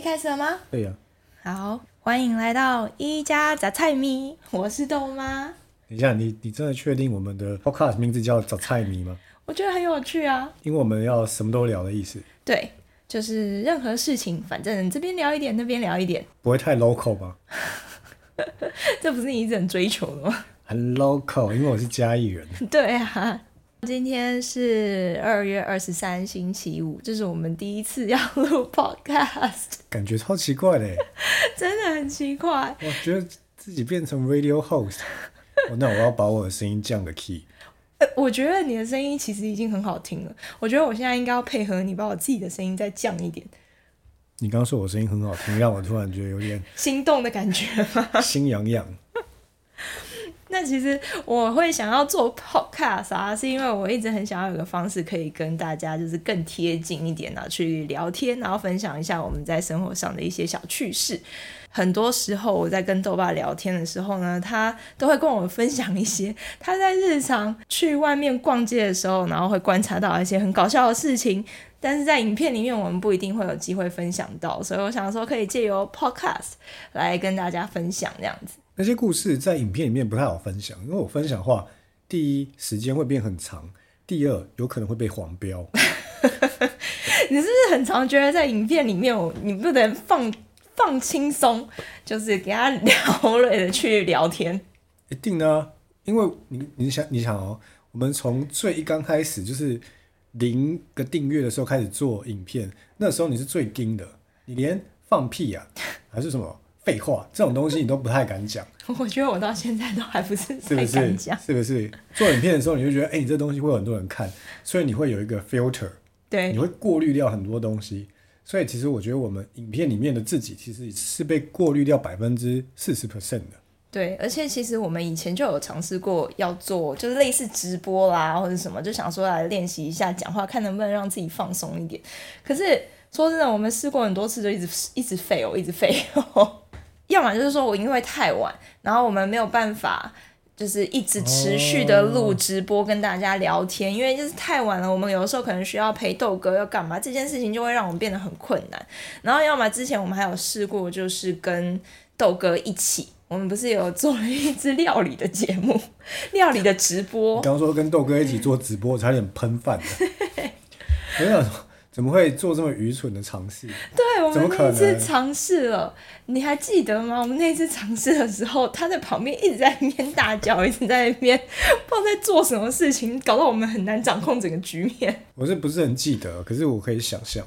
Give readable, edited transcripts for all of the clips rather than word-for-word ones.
开始了吗？ 对呀、 好，欢迎来到一家杂菜咪，我是豆妈。 等一下，你真的确定我们的 podcast 名字叫找菜迷吗？ 我觉得很有趣啊。 因为我们要什么都聊的意思， 对，就是任何事情，反正这边聊一点，那边聊一点， 不会太 local 吧？ 这不是你一直很追求的吗？ 很 local，因为我是嘉义人。 对啊。今天是2月23星期五，这是我们第一次要录 podcast， 感觉超奇怪的耶， 真的很奇怪。 我觉得自己变成 radio host，那我要把我的声音降个 key。 我觉得你的声音其实已经很好听了，我觉得我现在应该要配合你，把我自己的声音再降一点， 你刚刚说我声音很好听，让我突然觉得有点心动的感觉吗？ 心痒痒。 那其实我会想要做 podcast 啊，是因为我一直很想要有个方式可以跟大家就是更贴近一点啊，去聊天，然后分享一下我们在生活上的一些小趣事。很多时候我在跟豆爸聊天的时候呢，他都会跟我分享一些他在日常去外面逛街的时候，然后会观察到一些很搞笑的事情，但是在影片里面我们不一定会有机会分享到，所以我想说可以借由 podcast 来跟大家分享这样子。 那些故事在影片里面不太好分享，因为我分享的话，第一时间会变很长，第二有可能会被黄标。 你是不是很常觉得在影片里面你不能放轻松，就是给他聊累的去聊天？ 一定的啊，因为你想哦，我们从最一刚开始就是0个订阅的时候开始做影片，那时候你是最硬的，你连放屁啊还是什么废话这种东西你都不太敢讲。 我觉得我到现在都还不是是不太敢是？ 讲。 是不是？做影片的时候你就觉得，你这东西会有很多人看，所以你会有一个 filter， 对， 你会过滤掉很多东西。所以其实我觉得我们影片里面的自己其实是被过滤掉40%的。 对，而且其实我们以前就有尝试过要做，就是类似直播啦或者什么，就想说来练习一下讲话，看能不能让自己放松一点。可是说真的，我们试过很多次，就一直fail，一直fail。要么就是说我因为太晚，然后我们没有办法就是一直持续的录直播跟大家聊天，因为就是太晚了，我们有的时候可能需要陪豆哥要干嘛，这件事情就会让我们变得很困难。然后要么之前我们还有试过，就是跟豆哥一起，我们不是有做了一支料理的节目，料理的直播。 你刚刚说跟豆哥一起做直播，差点喷饭了。我想说，怎么会做这么愚蠢的尝试？ 对，我们那一怎么可能次尝试了，你还记得吗？我们那一次尝试的时候，他在旁边一直在那边大叫，一直在那边不知道在做什么事情，搞到我们很难掌控整个局面。 我是不是很记得？可是我可以想象。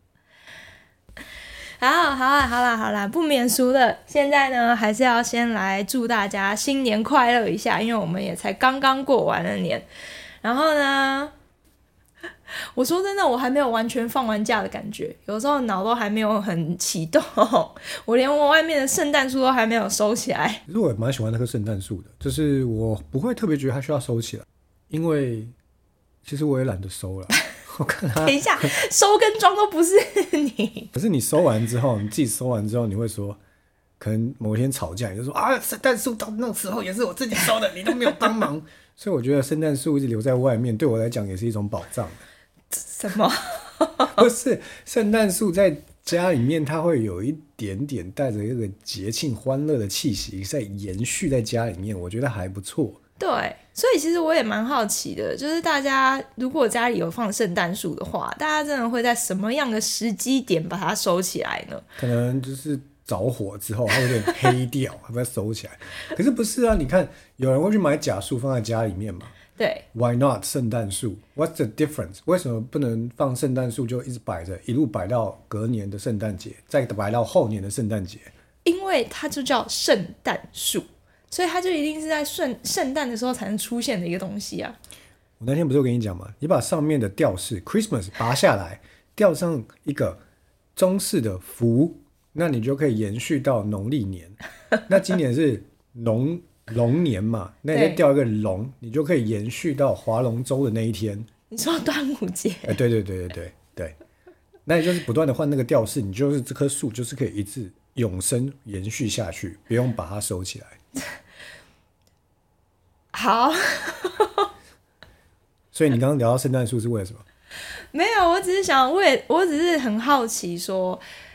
好啦，不免俗的，现在呢还是要先来祝大家新年快乐一下，因为我们也才刚刚过完了年。然后呢，我说真的，我还没有完全放完假的感觉，有时候脑都还没有很启动，我连我外面的圣诞树都还没有收起来。 其实我也蛮喜欢那棵圣诞树的，就是我不会特别觉得它需要收起来，因为其实我也懒得收了。我看它， 等一下，收跟装都不是你。 可是你收完之后，你自己收完之后，你会说，可能某一天吵架，你就说啊，圣诞树到那时候也是我自己收的，你都没有帮忙。所以我觉得圣诞树一直留在外面，对我来讲也是一种保障。 什么？ 不是，圣诞树在家里面，它会有一点点带着一个节庆欢乐的气息在延续在家里面，我觉得还不错。 对，所以其实我也蛮好奇的，就是大家如果家里有放圣诞树的话，大家真的会在什么样的时机点把它收起来呢？ 可能就是着火之后，它有点黑掉，还把它收起来。可是不是啊？你看，有人会去买假树放在家里面嘛对， ？Why not 圣诞树 ？What's the difference？ 为什么不能放圣诞树就一直摆着，一路摆到隔年的圣诞节，再摆到后年的圣诞节？ 因为它就叫圣诞树，所以它就一定是在圣诞的时候才能出现的一个东西啊。 我那天不是有跟你讲吗？你把上面的吊饰 Christmas 拔下来，吊上一个中式的福，那你就可以延续到农历年。那今年是龙年嘛，那你再吊一个龙，你就可以延续到划龙舟的那一天。 你说端午节？ 对，那你就是不断的换那个吊饰，你就是这棵树就是可以一直永生延续下去，不用把它收起来。 好。 所以你刚刚聊到圣诞树是为了什么？ 没有，我只是想，我只是很好奇说，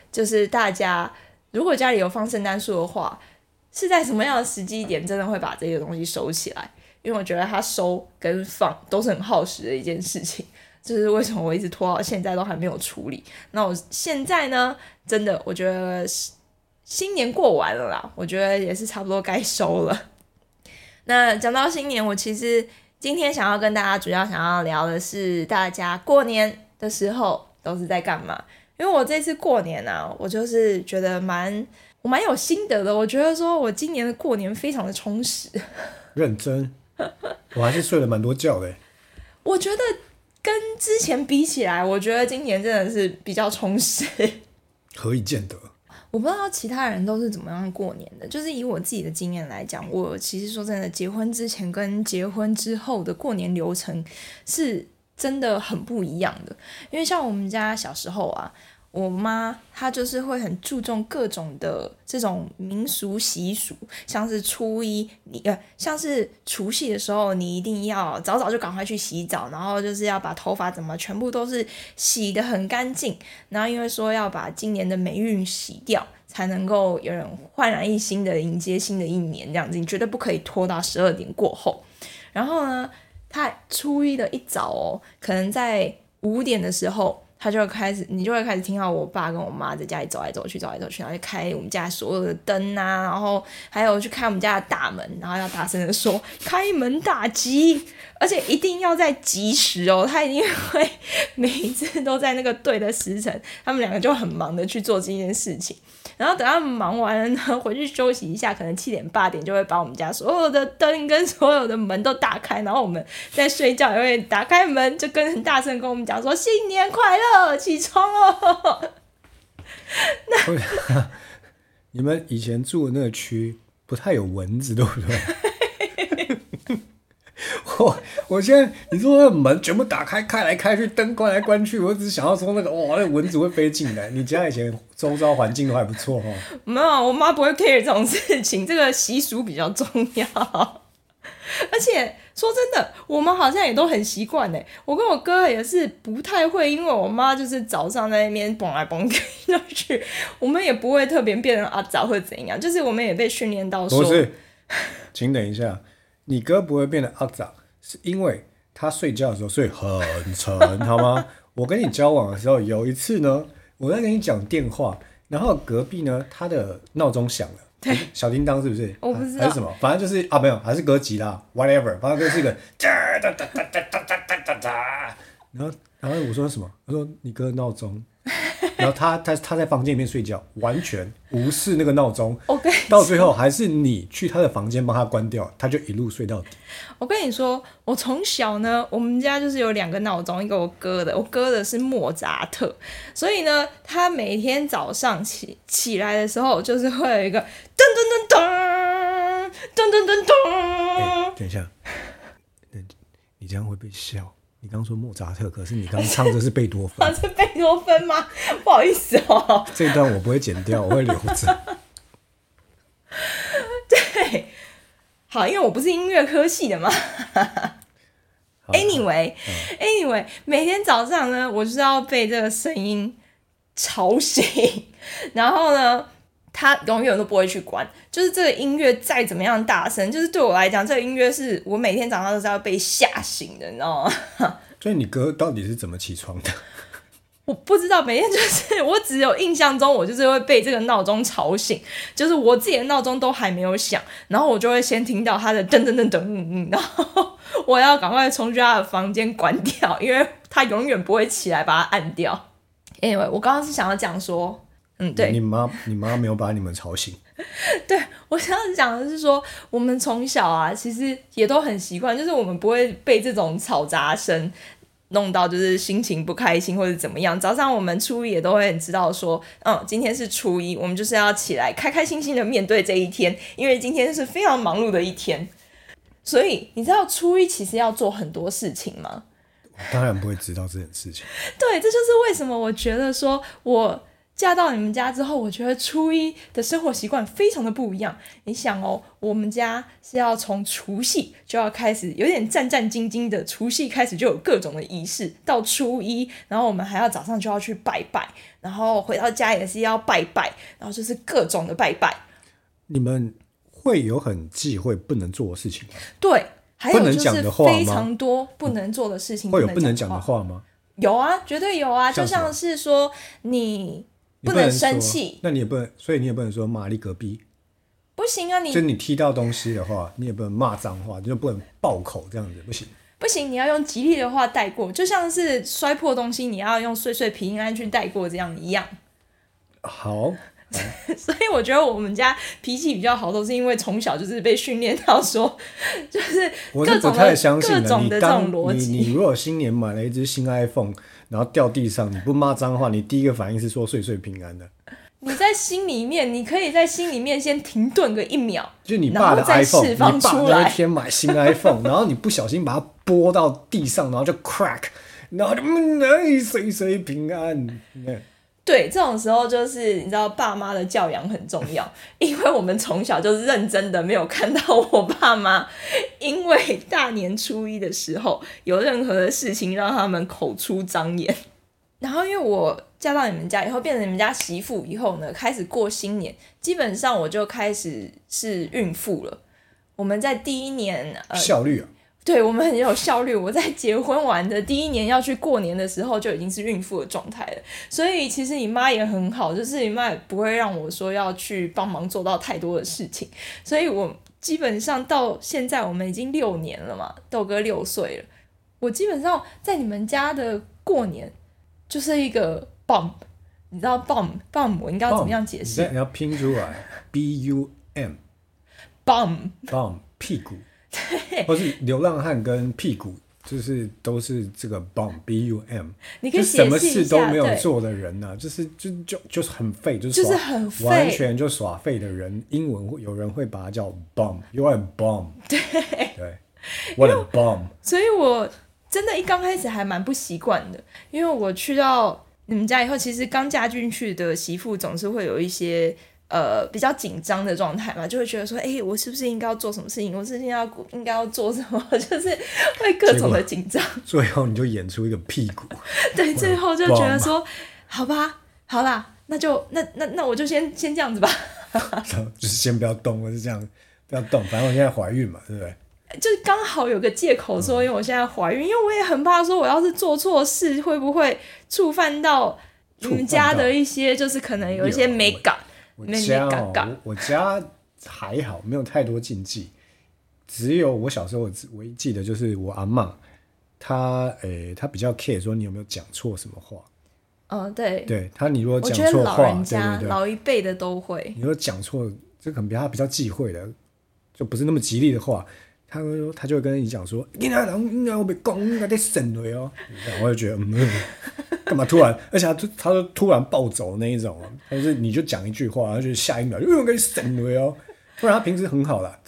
就是大家如果家里有放圣诞树的话，是在什么样的时机点真的会把这些东西收起来？因为我觉得它收跟放都是很耗时的一件事情，就是为什么我一直拖到现在都还没有处理。那我现在呢，真的我觉得新年过完了啦，我觉得也是差不多该收了。那讲到新年，我其实今天想要跟大家主要想要聊的是大家过年的时候都是在干嘛。因为我这次过年啊，我就是觉得我蛮有心得的，我觉得说我今年的过年非常的充实。 认真，我还是睡了蛮多觉的。 我觉得跟之前比起来，我觉得今年真的是比较充实。 何以见得？ 我不知道其他人都是怎么样过年的，就是以我自己的经验来讲，我其实说真的，结婚之前跟结婚之后的过年流程是真的很不一样的。因为像我们家小时候啊，我妈她就是会很注重各种的这种民俗习俗，像是像是除夕的时候，你一定要早早就赶快去洗澡，然后就是要把头发怎么全部都是洗得很干净，然后因为说要把今年的霉运洗掉，才能够有人焕然一新的迎接新的一年，这样子你绝对不可以拖到12点过后。然后呢，他初一的一早哦，可能在5点的时候，你就会开始听到我爸跟我妈在家里走来走去，然后就开我们家所有的灯啊，然后还有去开我们家的大门，然后要大声的说开门大吉，而且一定要在吉时哦，他一定会每一次都在那个对的时辰，他们两个就很忙的去做这件事情。然后等他们忙完了呢，回去休息一下，可能7点8点就会把我们家所有的灯跟所有的门都打开，然后我们在睡觉也会打开门，就很大声跟我们讲说新年快乐，起床哦。 你们以前住的那个区不太有蚊子，对不对？我现在你说那个门全部打开，开来开去，灯关来关去，我只想要说那个那个蚊子会飞进来。你家以前周遭环境都还不错哦。 没有，我妈不会 care 这种事情，这个习俗比较重要。而且说真的，我们好像也都很习惯耶。我跟我哥也是不太会，因为我妈就是早上在那边蹦来蹦去，我们也不会特别变成阿早或怎样，就是我们也被训练到说。 不是，请等一下，你哥不会变成阿早，是因为他睡觉的时候睡很沉，好吗？我跟你交往的时候，有一次呢，我在跟你讲电话，然后隔壁呢，他的闹钟响了。 对， 小叮当是不是？ 我不知道还是什么，反正就是没有，还是歌吉啦 ，whatever，反正就是一个然后我说什么？我说你哥的闹钟，然后他在房间里面睡觉，完全无视那个闹钟。到最后还是你去他的房间帮他关掉，他就一路睡到底。 我跟你说，我从小呢，我们家就是有2个闹钟，一个我哥的是莫扎特，所以呢，他每天早上起来的时候，就是会有一个噔噔噔噔噔噔噔噔。 等一下，你这样会被笑。你刚说莫扎特，可是你刚唱的是贝多芬。 是贝多芬吗？不好意思哦。 这一段我不会剪掉，我会留着。 对，好，因为我不是音乐科系的嘛。Anyway，每天早上呢，我就是要被这个声音吵醒，然后呢，他永远都不会去关，就是这个音乐再怎么样大声，就是对我来讲，这个音乐是我每天早上都是要被吓醒的，你知道吗？ 所以你哥到底是怎么起床的？ 我不知道，每天就是我只有印象中，我就是会被这个闹钟吵醒，就是我自己的闹钟都还没有响，然后我就会先听到他的噔噔噔噔，然后我要赶快冲去他的房间关掉，因为他永远不会起来把它按掉。Anyway， 我刚刚是想要讲说，对， 你妈没有把你们吵醒。 对，我想要讲的是说，我们从小啊，其实也都很习惯，就是我们不会被这种嘈杂声弄到就是心情不开心或者怎么样。早上我们初一也都会很知道说，今天是初一，我们就是要起来开开心心的面对这一天，因为今天是非常忙碌的一天。所以你知道初一其实要做很多事情吗？ 我当然不会知道这件事情。 对，这就是为什么我觉得说我嫁到你们家之后，我觉得初一的生活习惯非常的不一样。你想哦，我们家是要从除夕就要开始有点战战兢兢的，除夕开始就有各种的仪式，到初一，然后我们还要早上就要去拜拜，然后回到家也是要拜拜，然后就是各种的拜拜。 你们会有很忌讳不能做的事情吗？ 对，还有就是非常多不能做的事情。 会有不能讲的话吗？ 有啊，绝对有啊，就像是说你不能生气， 那你也不能，所以你也不能说骂你隔壁， 不行啊！ 就你踢到东西的话，你也不能骂脏话，就不能爆口这样子，不行。 不行，你要用吉利的话带过，就像是摔破东西，你要用岁岁平安去带过这样一样。 好。 所以我觉得我们家脾气比较好，都是因为从小就是被训练到说，就是各种的这种逻辑。 你如果新年买了一只新 iPhone， 然后掉地上，你不骂脏话，你第一个反应是说岁岁平安的。 你在心里面，你可以在心里面先停顿个1秒， 就是你爸的 iPhone， 你爸那天买新 iPhone， 然后你不小心把它拨到地上，然后就 crack， 然后就岁岁平安。 对，这种时候就是你知道爸妈的教养很重要，因为我们从小就认真的没有看到我爸妈因为大年初一的时候有任何的事情让他们口出脏言。然后因为我嫁到你们家以后，变成你们家媳妇以后呢，开始过新年，基本上我就开始是孕妇了。我们在第一年效率啊。 对，我们很有效率。我在结婚完的第一年要去过年的时候就已经是孕妇的状态了，所以其实你妈也很好，就是你妈也不会让我说要去帮忙做到太多的事情，所以我基本上到现在我们已经6年了嘛，豆哥6岁了，我基本上在你们家的过年就是一个 bump， 你知道 bump 我应该要怎么样解释？ 你要拼出来 BUM bump 屁股。或是流浪汉跟屁股，就是都是这个 BUM， 你可以解释一下， 就什么事都没有做的人啊，就是很废，就是很废， 完全就耍废的人。英文有人会把它叫 bum，You are a bum， 对，What a bum。 所以我真的一刚开始还蛮不习惯的，因为我去到你们家以后，其实刚嫁进去的媳妇总是会有一些比较紧张的状态嘛，就会觉得说，我是不是应该要做什么事情？我是不是应该要做什么？就是会各种的紧张。 最后你就演出一个屁股。 对，最后就觉得说，好吧，好啦，那我就先这样子吧。 就是先不要动，或是这样不要动，反正我现在怀孕嘛，对不对？ 就刚好有个借口说，因为我现在怀孕，因为我也很怕说，我要是做错事，会不会触犯到你们家的一些，就是可能有一些美感。 我家还好，没有太多禁忌，只有我小时候唯一记得就是我阿嬷，她比较 care 说你有没有讲错什么话。对，你如果讲错话， 我觉得老人家对老一辈的都会， 你如果讲错，这可能他比较忌讳的，就不是那么吉利的话，他就会跟你讲说，你那人我被讲，你得省了哦。我就觉得干嘛突然，而且他就突然暴走那一种，就是你就讲一句话，然后就下一秒就我给你省了哦。不然他平时很好啦，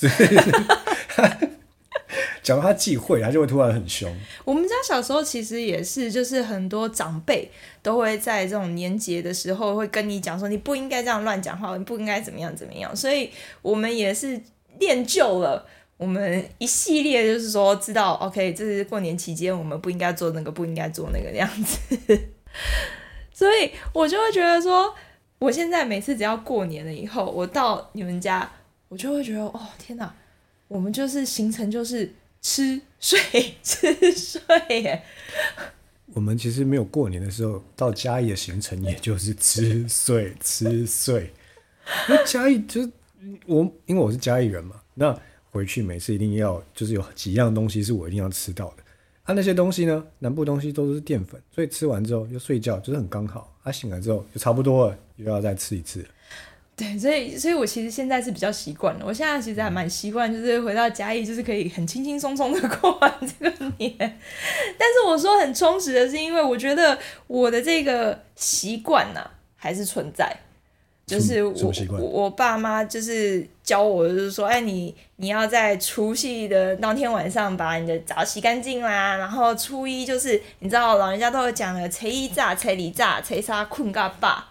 假如他忌讳，他就会突然很凶。 我们家小时候其实也是，就是很多长辈都会在这种年节的时候会跟你讲说，你不应该这样乱讲话，你不应该怎么样怎么样。所以我们也是练就了我们一系列，就是说知道 OK， 这是过年期间我们不应该做那个，不应该做那个样子。所以我就会觉得说，我现在每次只要过年了以后，我到你们家，我就会觉得哦天哪，我们就是行程就是吃睡吃睡耶。 我们其实没有过年的时候到嘉义的行程，也就是吃睡吃睡。因为嘉义就是因为我是嘉义人嘛，那回去每次一定要就是有几样东西是我一定要吃到的。那些东西呢，南部东西都是淀粉，所以吃完之后就睡觉，就是很刚好。醒来之后就差不多了，又要再吃一次了。 对，所以我其实现在是比较习惯了。我现在其实还蛮习惯，就是回到嘉义，就是可以很轻轻松松的过完这个年。但是我说很充实的是，因为我觉得我的这个习惯呢还是存在。就是我爸妈就是教我，就是说，你要在除夕的当天晚上把你的澡洗干净啦，然后初一就是你知道老人家都有讲了，初一早、初二早、初三困到饱。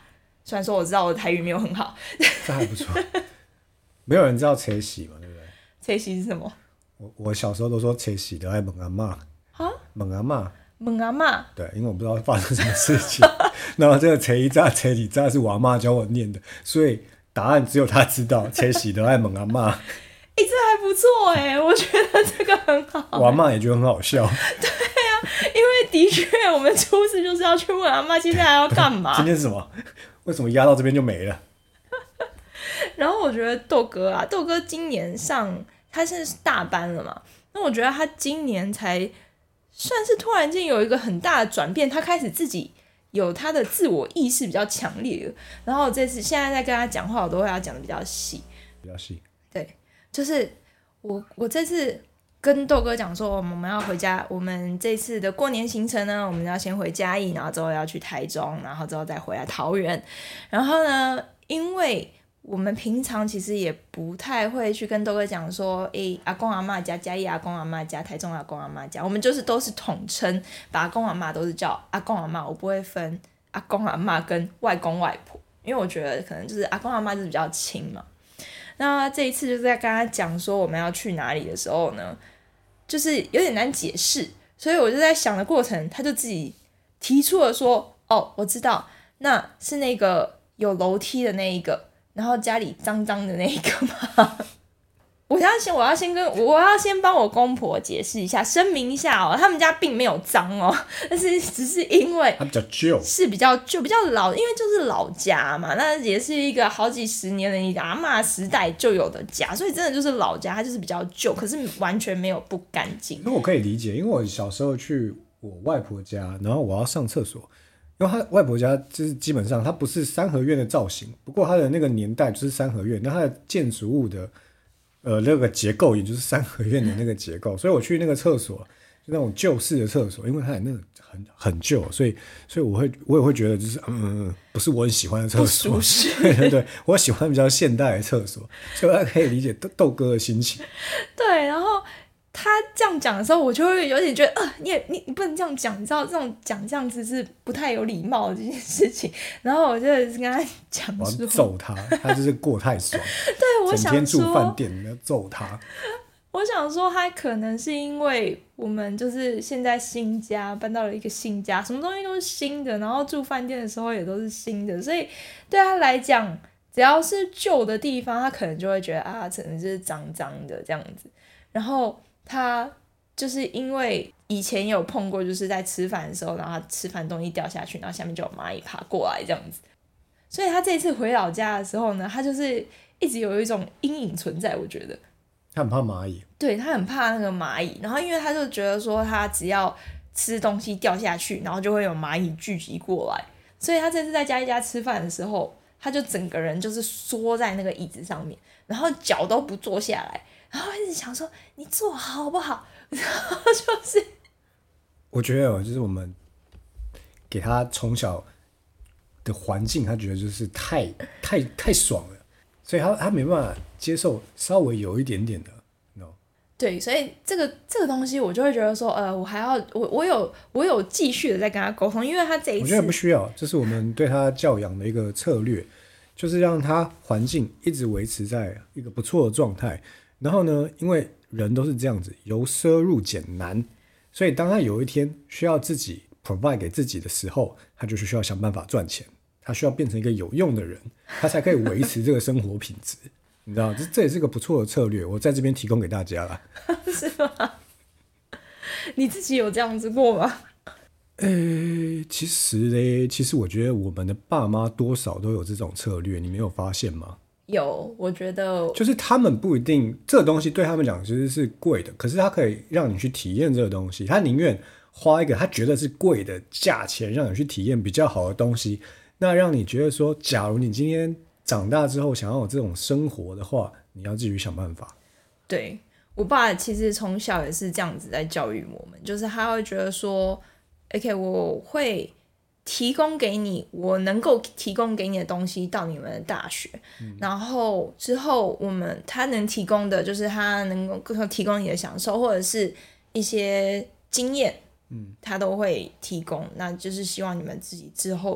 虽然说我知道我的台语没有很好。 这还不错。没有人知道切洗嘛，对不对？ 切洗是什么？ 我小时候都说切洗的爱问阿嬷，问阿嬷， 问阿嬷。 对，因为我不知道发生什么事情。然后这个切一炸、切几炸是我阿嬷教我念的，所以答案只有他知道。切洗的爱问阿嬷。 这还不错我觉得这个很好。 我阿嬷也觉得很好笑。 对啊，因为的确我们出事就是要去问阿嬷接下来要干嘛。 今天是什么？为什么压到这边就没了？ 然后我觉得豆哥今年他现在是大班了嘛，那我觉得他今年才算是突然间有一个很大的转变，他开始自己有他的自我意识比较强烈了。然后这次现在在跟他讲话，我都会要讲的比较细，对，就是我这次跟豆哥讲说，我们要回家，我们这次的过年行程呢，我们要先回嘉义，然后之后要去台中，然后之后再回来桃园。然后呢，因为我们平常其实也不太会去跟豆哥讲说，阿公阿嬷家、嘉义阿公阿嬷家、台中阿公阿嬷家，我们就是都是统称，把阿公阿嬷都是叫阿公阿嬷，我不会分阿公阿嬷跟外公外婆，因为我觉得可能就是阿公阿嬷就是比较亲嘛。那这一次就是在跟他讲说我们要去哪里的时候呢，就是有点难解释，所以我就在想的过程，他就自己提出了说，我知道，那是那个有楼梯的那一个，然后家里脏脏的那一个吗？我要先帮我公婆解释一下，声明一下他们家并没有脏但是只是因为它比较旧， 是比较旧、比较老，因为就是老家嘛，那也是一个好几十年的你阿嬷时代就有的家，所以真的就是老家，它就是比较旧，可是完全没有不干净。 那我可以理解，因为我小时候去我外婆家，然后我要上厕所，因为他外婆家就是基本上它不是三合院的造型，不过它的那个年代就是三合院，那它的建筑物的那个结构也就是三合院的那个结构，所以我去那个厕所就那种旧式的厕所，因为它也那个很旧，所以我也会觉得就是不是我很喜欢的厕所， 不舒适。 对，我喜欢比较现代的厕所，所以我可以理解豆哥的心情。 对，然后他这样讲的时候，我就会有点觉得，你不能这样讲，你知道这种讲这样子是不太有礼貌的这件事情。然后我就跟他讲说， 我要揍他，他就是过太爽。 对，我想说， 整天住饭店，你要揍他。 我想说，他可能是因为我们就是现在新家搬到了一个新家，什么东西都是新的，然后住饭店的时候也都是新的，所以对他来讲，只要是旧的地方，他可能就会觉得可能就是脏脏的这样子。然后他就是因为以前有碰过，就是在吃饭的时候，然后他吃饭东西掉下去，然后下面就有蚂蚁爬过来这样子。所以他这次回老家的时候呢，他就是一直有一种阴影存在，我觉得。 他很怕蚂蚁， 对，他很怕那个蚂蚁，然后因为他就觉得说他只要吃东西掉下去，然后就会有蚂蚁聚集过来，所以他这次在嘉义家吃饭的时候，他就整个人就是缩在那个椅子上面，然后脚都不坐下来，然后一直想说你坐好不好，然后就是我觉得就是我们给他从小的环境，他觉得就是太爽了，所以他没办法接受稍微有一点点的 ，no。 对，所以这个东西我就会觉得说，我还要我有继续的在跟他沟通，因为他这一次我觉得不需要，这是我们对他教养的一个策略，就是让他环境一直维持在一个不错的状态。然后呢，因为人都是这样子，由奢入俭难，所以当他有一天需要自己 provide 给自己的时候，他就是需要想办法赚钱，他需要变成一个有用的人，他才可以维持这个生活品质。你知道，这也是个不错的策略，我在这边提供给大家啦。 是吗？你自己有这样子过吗？ 其实我觉得我们的爸妈多少都有这种策略，你没有发现吗？ 有，我觉得就是他们不一定这个东西对他们讲其实是贵的，可是他可以让你去体验这个东西，他宁愿花一个他觉得是贵的价钱让你去体验比较好的东西，那让你觉得说，假如你今天长大之后想要有这种生活的话，你要自己想办法。 对，我爸其实从小也是这样子在教育我们，就是他会觉得说 OK 我会提供给你我能够提供给你的东西到你们的大学，然后之后他能提供的就是他能够提供你的享受或者是一些经验，他都会提供，那就是希望你们自己之后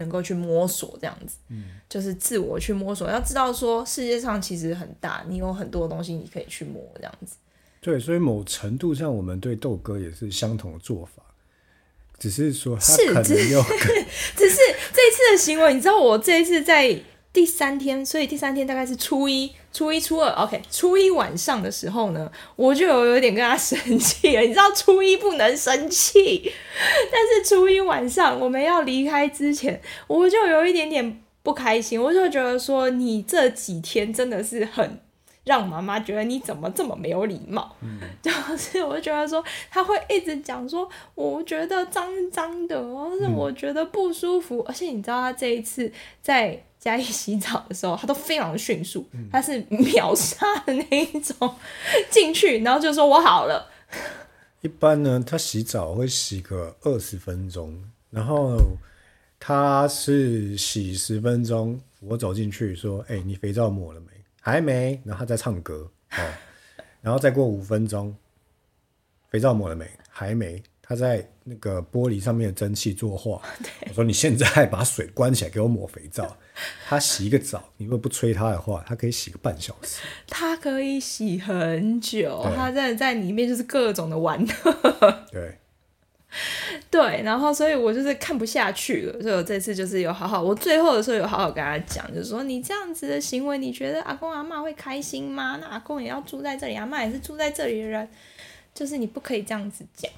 能够去摸索这样子，就是自我去摸索，要知道说世界上其实很大，你有很多东西你可以去摸这样子。 对，所以某程度上我们对豆哥也是相同的做法，只是说他可能只是这一次的行为，你知道我这一次在第3天，所以第3天大概是初一、初二 ，OK， 初一晚上的时候呢，我就有点跟他生气了。你知道初一不能生气，但是初一晚上我们要离开之前，我就有一点点不开心，我就觉得说你这几天真的是很让妈妈觉得你怎么这么没有礼貌，就是我就觉得说他会一直讲说我觉得脏脏的，或是我觉得不舒服，而且你知道他这一次在家里洗澡的时候，他都非常的迅速，他是秒杀的那一种，进去然后就说我好了。 一般呢，他洗澡会洗个20分钟，然后他是洗10分钟，我走进去说：“你肥皂抹了没？”还没，然后他在唱歌，然后再过5分钟，肥皂抹了没？还没，他在那个玻璃上面的蒸汽作画。我说你现在把水关起来，给我抹肥皂。他洗一个澡，你如果不催他的话，他可以洗个半小时。 他可以洗很久，他真的在里面就是各种的玩乐。对，然后所以我就是看不下去了，所以我这次就是有好好，我最后的时候有好好跟他讲，就是说你这样子的行为，你觉得阿公阿嬷会开心吗？那阿公也要住在这里，阿嬷也是住在这里的人，就是你不可以这样子讲。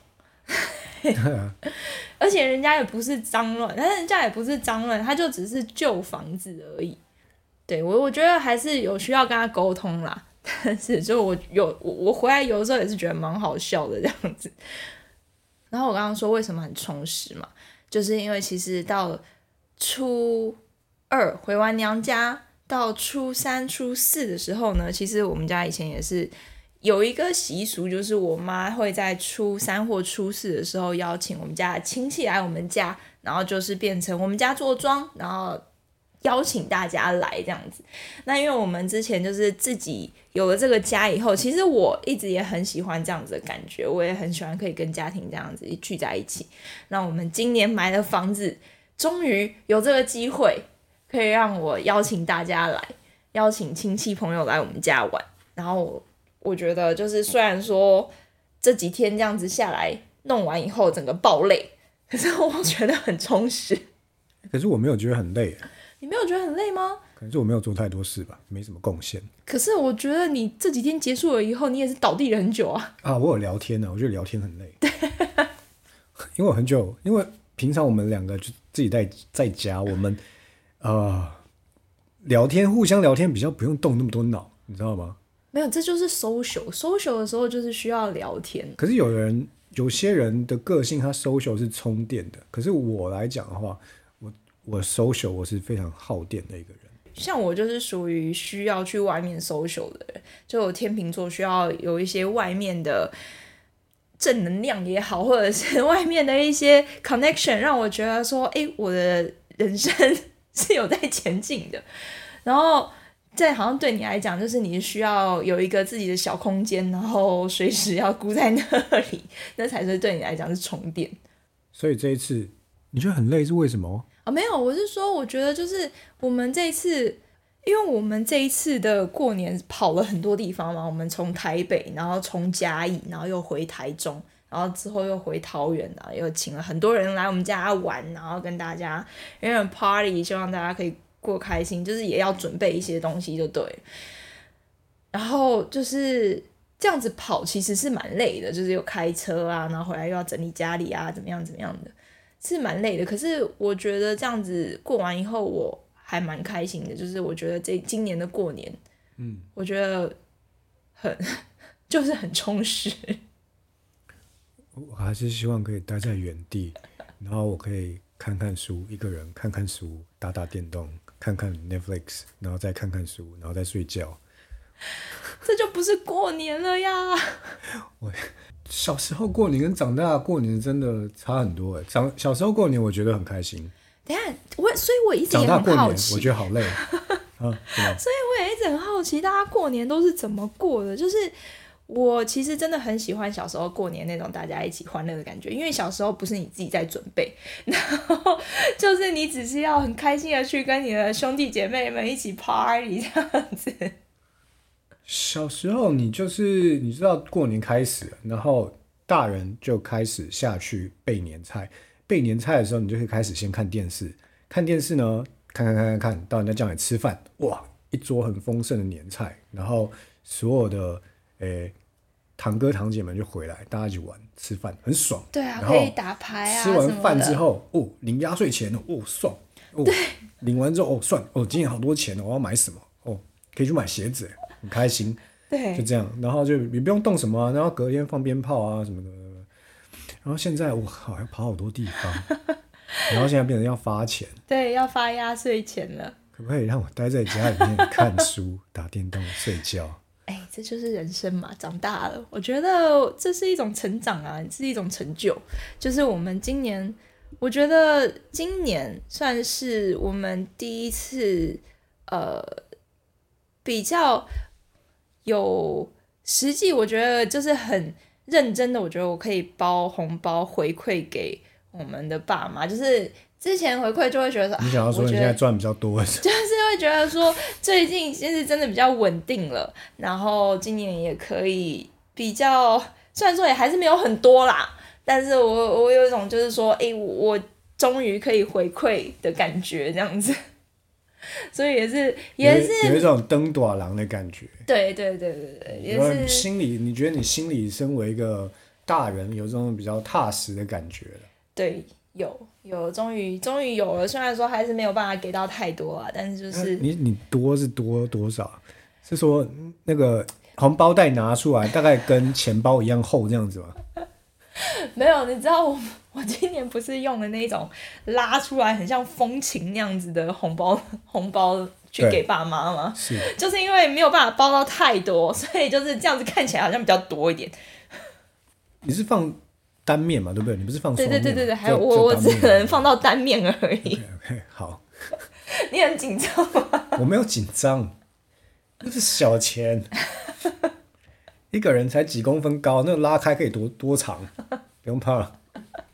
而且人家也不是脏乱，但是人家也不是脏乱，他就只是旧房子而已。对，我觉得还是有需要跟他沟通啦，但是就我回来有的时候也是觉得蛮好笑的这样子。然后我刚刚说为什么很充实嘛，就是因为其实到初2回完娘家，到初3、初4的时候呢，其实我们家以前也是有一个习俗，就是我妈会在初3或初4的时候邀请我们家的亲戚来我们家，然后就是变成我们家坐庄，然后邀请大家来这样子。那因为我们之前就是自己有了这个家以后，其实我一直也很喜欢这样子的感觉，我也很喜欢可以跟家庭这样子聚在一起。那我们今年买了房子，终于有这个机会可以让我邀请大家来，邀请亲戚朋友来我们家玩。然后我觉得就是虽然说这几天这样子下来弄完以后整个爆累，可是我觉得很充实。 可是我没有觉得很累。 你没有觉得很累吗？ 可能是我没有做太多事吧，没什么贡献。 可是我觉得你这几天结束了以后，你也是倒地了很久啊。 我有聊天呢，我觉得聊天很累。因为我很久，因为平常我们2个就自己在家，我们聊天互相聊天比较不用动那么多脑，你知道吗？ 没有，这就是 social 的时候就是需要聊天。 可是有些人的个性，他 social 是充电的，可是我来讲的话，我 social 我是非常耗电的一个人。 像我就是属于需要去外面 social 的人，就我天秤座需要有一些外面的正能量也好，或者是外面的一些 connection， 让我觉得说，我的人生是有在前进的。然后这好像对你来讲，就是你需要有一个自己的小空间，然后随时要顾在那里，那才是对你来讲是充电。 所以这一次你觉得很累是为什么？ 没有，我是说我觉得就是我们这一次，因为我们这一次的过年跑了很多地方嘛，我们从台北，然后从嘉义，然后又回台中，然后之后又回桃园，然后又请了很多人来我们家玩，然后跟大家有点 party， 希望大家可以过开心，就是也要准备一些东西就对了。然后就是这样子跑其实是蛮累的，就是又开车啊，然后回来又要整理家里啊，怎么样的，是蛮累的。可是我觉得这样子过完以后我还蛮开心的，就是我觉得今年的过年我觉得就是很充实。 我还是希望可以待在原地，然后我可以看看书，一个人看看书，打打电动，看看 Netflix， 然后再看看书，然后再睡觉。 这就不是过年了呀！ 我小时候过年跟长大过年真的差很多耶。小时候过年我觉得很开心， 等一下所以我一直也很好奇， 长大过年我觉得好累所以我也一直很好奇大家过年都是怎么过的。就是我其实真的很喜欢小时候过年那种大家一起欢乐的感觉，因为小时候不是你自己在准备，然后就是你只是要很开心的去跟你的兄弟姐妹们一起 party 这样子。 小时候你就是你知道过年开始了，然后大人就开始下去备年菜。备年菜的时候，你就可以开始先看电视。看电视呢，看到人家叫你吃饭，哇，一桌很丰盛的年菜，然后所有的堂哥堂姐们就回来，大家一起玩吃饭，很爽。 对啊， 然后可以打牌啊吃完饭什么的。 之后，哦，领压岁钱哦，爽。哦，领完之后，哦，算哦，今年好多钱哦，我要买什么？哦，可以去买鞋子，很开心。 对， 就这样，然后就也不用动什么啊，然后隔天放鞭炮啊什么的。然后现在我靠，要跑好多地方，然后现在变成要发钱， 对，要发压岁钱了。 可不可以让我待在家里面看书、打电动、睡觉？ 哎，这就是人生嘛，长大了，我觉得这是一种成长啊，是一种成就。就是我们今年，我觉得今年算是我们第一次，比较有实际，我觉得就是很认真的，我觉得我可以包红包回馈给我们的爸妈，就是之前回馈就会觉得说， 你想要说你现在赚比较多， 就是会觉得说最近其实真的比较稳定了，然后今年也可以比较，虽然说也还是没有很多啦，但是我有一种就是说，我终于可以回馈的感觉这样子，所以也是有一种登短郎的感觉。 对，也是心里你觉得你心里身为一个大人，有这种比较踏实的感觉了。 对，有终于有了，虽然说还是没有办法给到太多啊，但是就是你多是多少？是说那个红包袋拿出来大概跟钱包一样厚这样子吗？ 没有，你知道我今年不是用的那种拉出来很像风琴那样子的红包去给爸妈吗？ 是， 就是因为没有办法包到太多，所以就是这样子看起来好像比较多一点。 你是放单面嘛，对不对？你不是放双面嘛？ 对，还有我只能放到单面而已。 OK， 好。 你很紧张吗？ 我没有紧张，那是小钱，一个人才几公分高，那个拉开可以多长，不用怕了。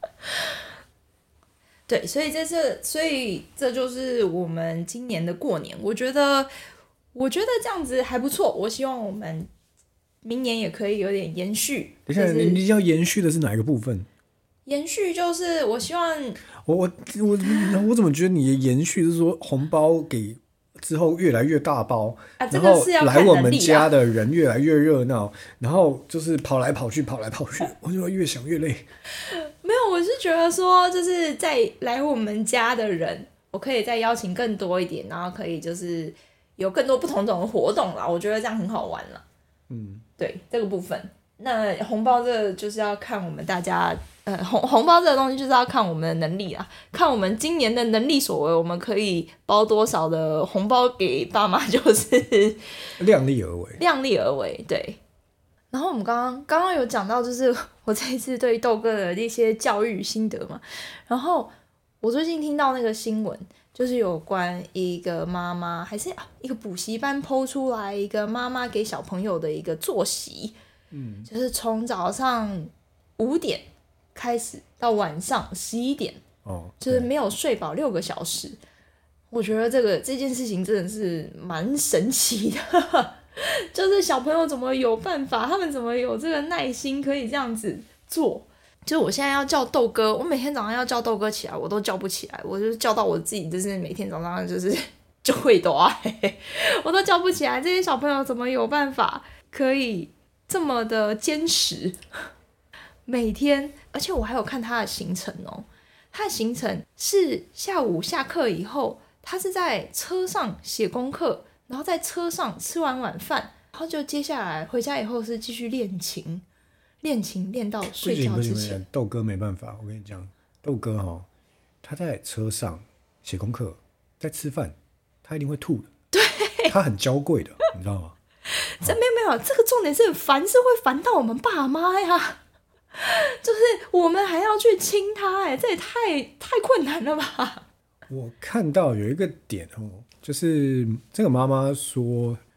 对，所以这就是我们今年的过年。我觉得这样子还不错。我希望我们明年也可以有点延续。 等一下，你要延续的是哪一个部分？ 延续就是我希望我怎么觉得你的延续是说红包给之后越来越大包， 啊，这然后个是要来我们看能力家的人越来越热闹，然后就是跑来跑去，我就会越想越累。 没有，我是觉得说，就是在来我们家的人，我可以再邀请更多一点，然后可以就是有更多不同种的活动啦，我觉得这样很好玩啦。对这个部分，那红包这个就是要看我们大家，红包这个东西就是要看我们的能力啦，看我们今年的能力所为，我们可以包多少的红包给爸妈，就是量力而为， 量力而为，对。然后我们刚刚有讲到，就是我这一次对豆哥的一些教育心得嘛。然后我最近听到那个新闻，就是有关一个妈妈，还是一个补习班剖出来一个妈妈给小朋友的一个作息，就是从早上5点开始到晚上11点，就是没有睡饱6个小时。我觉得这件事情真的是蛮神奇的。就是小朋友怎么有办法，他们怎么有这个耐心可以这样子做。就是我现在要叫豆哥，我每天早上要叫豆哥起来，我都叫不起来，我就叫到我自己，就是每天早上就会抖啊，我都叫不起来。这些小朋友怎么有办法可以这么的坚持？每天，而且我还有看他的行程哦，他的行程是下午下课以后，他是在车上写功课。然后在车上吃完晚饭，然后就接下来回家以后是继续练琴练到睡觉之前。不行， 豆哥没办法，我跟你讲，豆哥他在车上写功课，在吃饭，他一定会吐的。 对， 他很娇贵的，你知道吗？ 这没有，这个重点是烦，是会烦到我们爸妈呀。就是我们还要去亲他，这也太困难了吧？ 我看到有一个点就是这个妈妈说，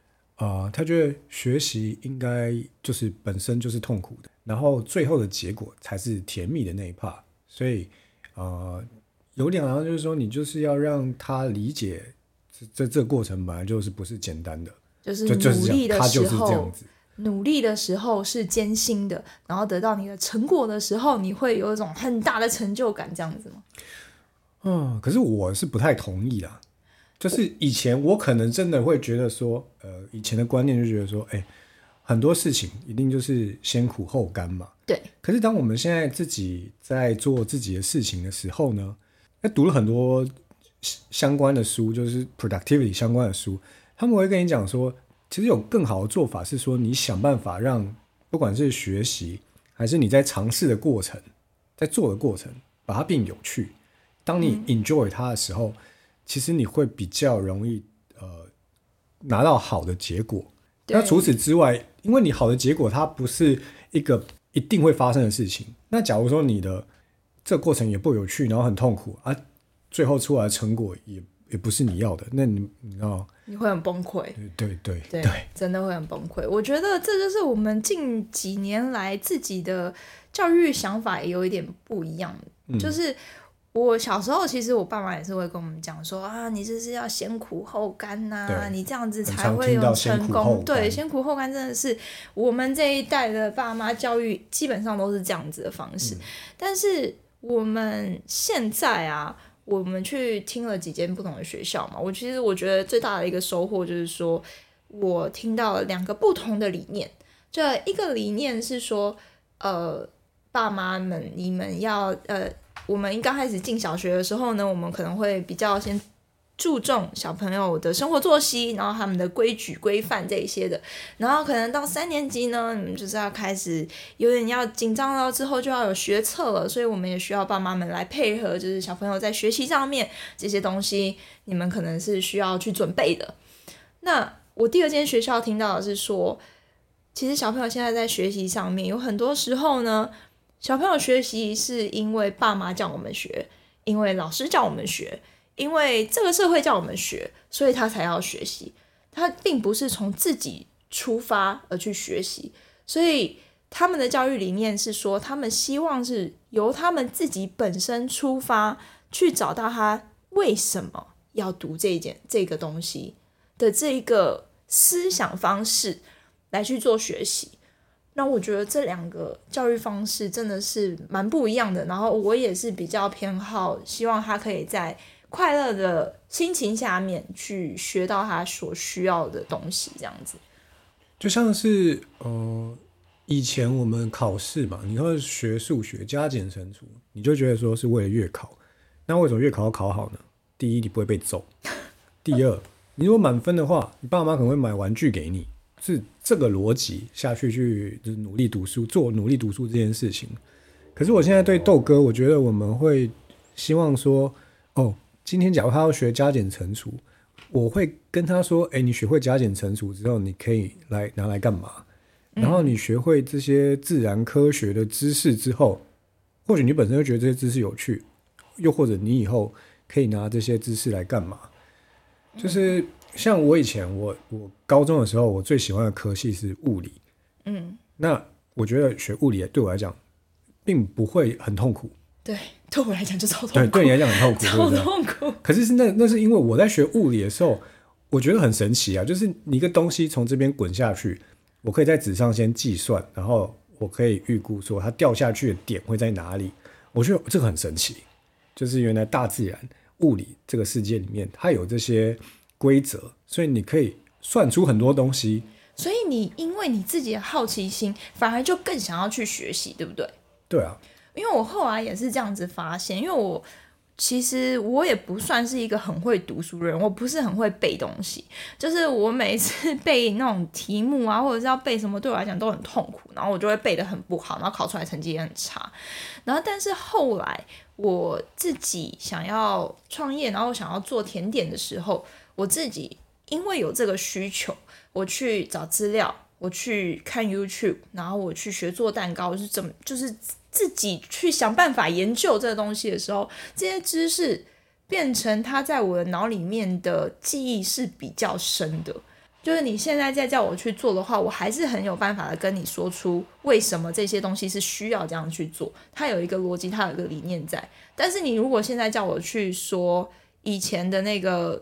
他觉得学习应该就是本身就是痛苦的，然后最后的结果才是甜蜜的那一 part。所以有点好像就是说，你就是要让他理解这个过程本来就是不是简单的， 就是努力的时候， 他就是这样子。 努力的时候是艰辛的，然后得到你的成果的时候，你会有一种很大的成就感，这样子吗？ 可是我是不太同意啦。就是以前我可能真的会觉得说，以前的观念就觉得说，很多事情一定就是先苦后甘嘛。 对。 可是当我们现在自己在做自己的事情的时候呢，读了很多相关的书，就是 productivity 相关的书，他们会跟你讲说，其实有更好的做法是说，你想办法让不管是学习还是你在尝试的过程，在做的过程，把它变有趣。当你 enjoy 它的时候，其实你会比较容易拿到好的结果。那除此之外，因为你好的结果它不是一个一定会发生的事情，那假如说你的这个过程也不有趣，然后很痛苦啊，最后出来的成果也不是你要的，那你知道你会很崩溃。 对， 真的会很崩溃。我觉得这就是我们近几年来自己的教育想法也有一点不一样，就是我小时候其实我爸妈也是会跟我们讲说啊，你这是要先苦后甘呐，你这样子才会有成功。对，先苦后甘真的是我们这一代的爸妈教育基本上都是这样子的方式。但是我们现在啊，我们去听了几间不同的学校嘛，其实我觉得最大的一个收获就是说，我听到了2个不同的理念。这一个理念是说，爸妈们，你们要我们刚开始进小学的时候呢，我们可能会比较先注重小朋友的生活作息，然后他们的规矩规范这一些的，然后可能到3年级呢，你们就是要开始有点要紧张了，之后就要有学测了，所以我们也需要爸妈们来配合，就是小朋友在学习上面这些东西，你们可能是需要去准备的。那我第2间学校听到的是说，其实小朋友现在在学习上面有很多时候呢，小朋友学习是因为爸妈叫我们学，因为老师叫我们学，因为这个社会叫我们学，所以他才要学习。他并不是从自己出发而去学习，所以他们的教育理念是说，他们希望是由他们自己本身出发，去找到他为什么要读这个东西的这个思想方式来去做学习。那我觉得这2个教育方式真的是蛮不一样的，然后我也是比较偏好希望他可以在快乐的心情下面去学到他所需要的东西，这样子。 就像是以前我们考试嘛，你会学数学加减乘除，你就觉得说是为了月考。那为什么月考要考好呢？第一，你不会被揍；第二，你如果满分的话，你爸妈可能会买玩具给你。是这个逻辑下去就是努力读书，做努力读书这件事情。可是我现在对豆哥，我觉得我们会希望说，今天假如他要学加减乘除，我会跟他说，你学会加减乘除之后，你可以拿来干嘛？然后你学会这些自然科学的知识之后，或许你本身就觉得这些知识有趣，又或者你以后可以拿这些知识来干嘛？就是像我以前我高中的时候，我最喜欢的科系是物理。那我觉得学物理对我来讲并不会很痛苦。 对我来讲就超痛苦。 对你来讲很痛苦， 超痛苦。 可是那是因为我在学物理的时候，我觉得很神奇啊，就是你一个东西从这边滚下去，我可以在纸上先计算，然后我可以预估说它掉下去的点会在哪里。我觉得这个很神奇，就是原来大自然物理这个世界里面它有这些规则，所以你可以算出很多东西。 所以你因为你自己的好奇心，反而就更想要去学习，对不对？ 对啊， 因为我后来也是这样子发现，因为其实我也不算是一个很会读书的人，我不是很会背东西，就是我每次背那种题目啊，或者是要背什么，对我来讲都很痛苦，然后我就会背得很不好，然后考出来成绩也很差。然后但是后来我自己想要创业，然后想要做甜点的时候，我自己因为有这个需求，我去找资料，我去看 YouTube， 然后我去学做蛋糕，就是自己去想办法研究这个东西的时候，这些知识变成它在我的脑里面的记忆是比较深的。 就是你现在再叫我去做的话，我还是很有办法的跟你说出为什么这些东西是需要这样去做，它有一个逻辑，它有一个理念在。但是你如果现在叫我去说以前的那个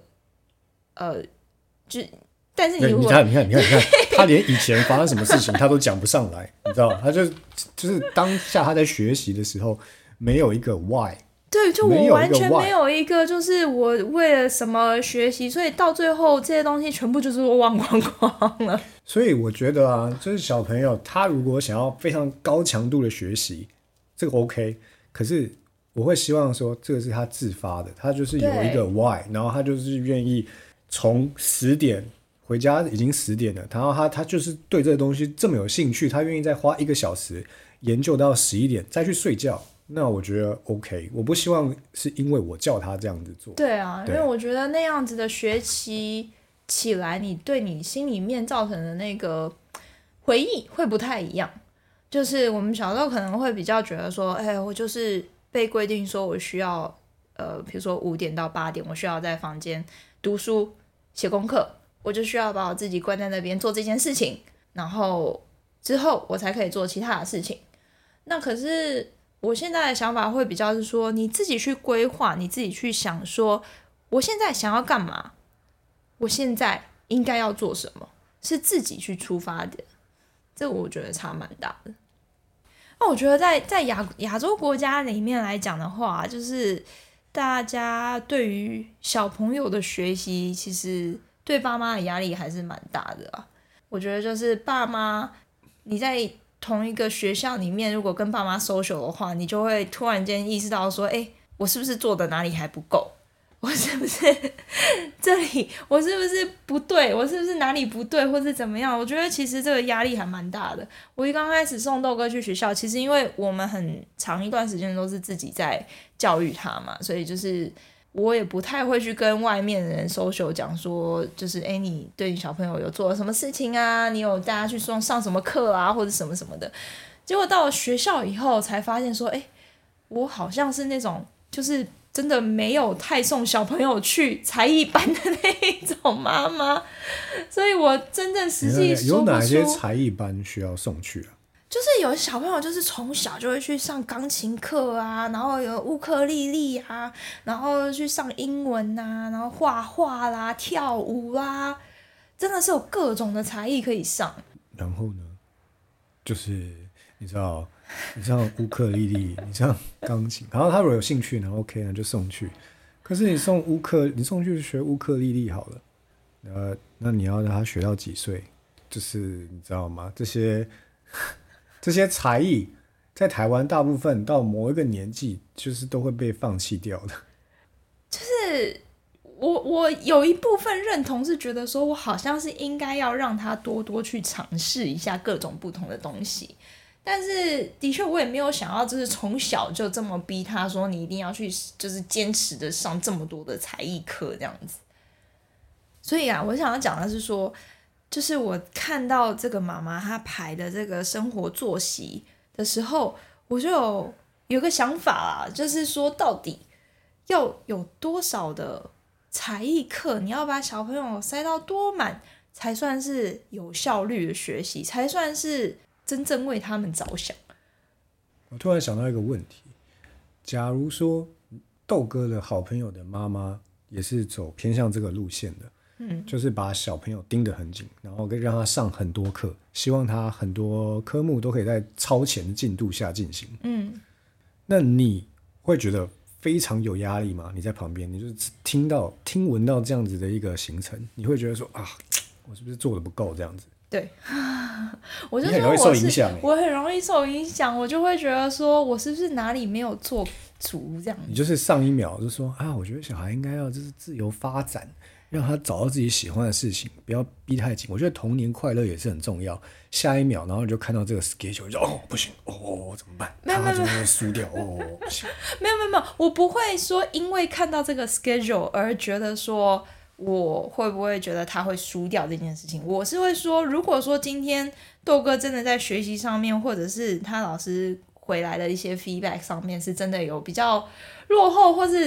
但是你如果你看，他连以前发生什么事情他都讲不上来，你知道，他就是当下他在学习的时候没有一个 why。 对，就我完全没有一个，就是我为了什么学习，所以到最后这些东西全部就是忘光光了。 所以我觉得啊，就是小朋友他如果想要非常高强度的学习，这个 OK， 可是我会希望说这个是他自发的，他就是有一个 why， 然后他就是愿意从10点回家已经10点了，然后他就是对这个东西这么有兴趣，他愿意再花1个小时研究到11点再去睡觉。那我觉得 OK， 我不希望是因为我叫他这样子做。 对啊，因为我觉得那样子的学习起来，你对你心里面造成的那个回忆会不太一样。就是我们小时候可能会比较觉得说，我就是被规定说我需要比如说5点到8点，我需要在房间读书写功课，我就需要把我自己关在那边做这件事情，然后之后我才可以做其他的事情。那可是我现在的想法会比较是说，你自己去规划，你自己去想说，我现在想要干嘛，我现在应该要做什么，是自己去出发的。这我觉得差蛮大的。那我觉得在亚洲国家里面来讲的话，就是大家对于小朋友的学习，其实对爸妈的压力还是蛮大的啊。我觉得就是爸妈你在同一个学校里面，如果跟爸妈 social 的话，你就会突然间意识到说，我是不是做的哪里还不够？我是不是这里我是不是不对？我是不是哪里不对，或是怎么样？我觉得其实这个压力还蛮大的。我一刚开始送豆哥去学校，其实因为我们很长一段时间都是自己在教育他嘛，所以就是我也不太会去跟外面的人 social 讲说，就是你对你小朋友有做了什么事情啊？你有带他去上什么课啊，或者什么什么的。结果到了学校以后才发现说，我好像是那种就是真的没有太送小朋友去才艺班的那一种妈妈，所以我真正实际说不出有哪些才艺班需要送去啊？ 就是有小朋友就是从小就会去上钢琴课啊，然后有乌克丽丽啊，然后去上英文啊，然后画画啦、跳舞啦，真的是有各种的才艺可以上。 然后呢，就是你知道乌克丽丽，你上钢琴，然后他如果有兴趣，然后 OK 那就送去。可是你送去学乌克丽丽好了，那你要让他学到几岁？就是你知道吗？这些才艺在台湾大部分到某一个年纪，就是都会被放弃掉的。 就是我有一部分认同是觉得说，我好像是应该要让他多多去尝试一下各种不同的东西。但是的确我也没有想要就是从小就这么逼他说你一定要去就是坚持的上这么多的才艺课这样子。所以我想要讲的是说，就是我看到这个妈妈她排的这个生活作息的时候，我就有个想法啦，就是说到底要有多少的才艺课，你要把小朋友塞到多满才算是有效率的学习，才算是真正为他们着想。 我突然想到一个问题，假如说豆哥的好朋友的妈妈也是走偏向这个路线的，就是把小朋友盯得很紧，然后让他上很多课，希望他很多科目都可以在超前的进度下进行。那你会觉得非常有压力吗？你在旁边，你就是听闻到这样子的一个行程，你会觉得说我是不是做的不够这样子？ 对，我就说我很容易受影响，我就会觉得说我是不是哪里没有做足这样子。 你就是上一秒就说我觉得小孩应该要就是自由发展，让他找到自己喜欢的事情，不要逼太紧。我觉得童年快乐也是很重要。下一秒，然后你就看到这个 schedule， 就不行，怎么办？他怎么会输掉？不行。 没有，我不会说因为看到这个 schedule 而觉得说我会不会觉得他会输掉这件事情。我是会说，如果说今天豆哥真的在学习上面，或者是他老师回来的一些 feedback 上面是真的有比较落后，或是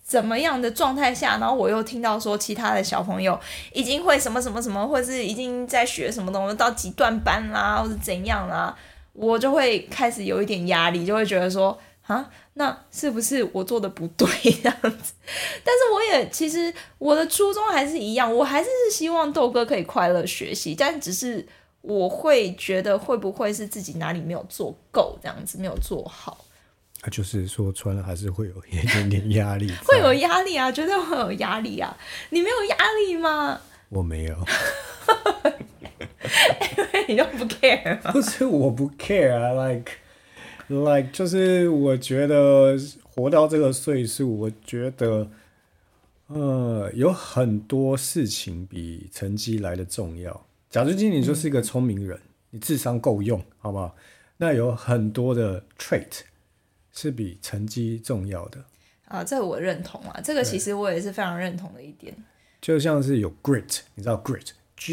怎么样的状态下，然后我又听到说其他的小朋友已经会什么什么什么，或者是已经在学什么东西到几段班啦，或者怎样啦，我就会开始有一点压力，就会觉得说啊，那是不是我做的不对这样子？但是我也其实我的初衷还是一样，我还是希望豆哥可以快乐学习，但只是我会觉得会不会是自己哪里没有做够，这样子没有做好。 就是说穿了还是会有一点点压力， 会有压力啊，绝对会有压力啊！你没有压力吗？ 我没有， 因为你都不 care 吗？ 不是我不 care 啊，like 就是我觉得活到这个岁数，我觉得有很多事情比成绩来的重要。假如今天你就是一个聪明人，你智商够用，好不好？那有很多的 trait 是比成绩重要的啊，这个我认同啊，这个其实我也是非常认同的一点。 就像是有 grit， 你知道 grit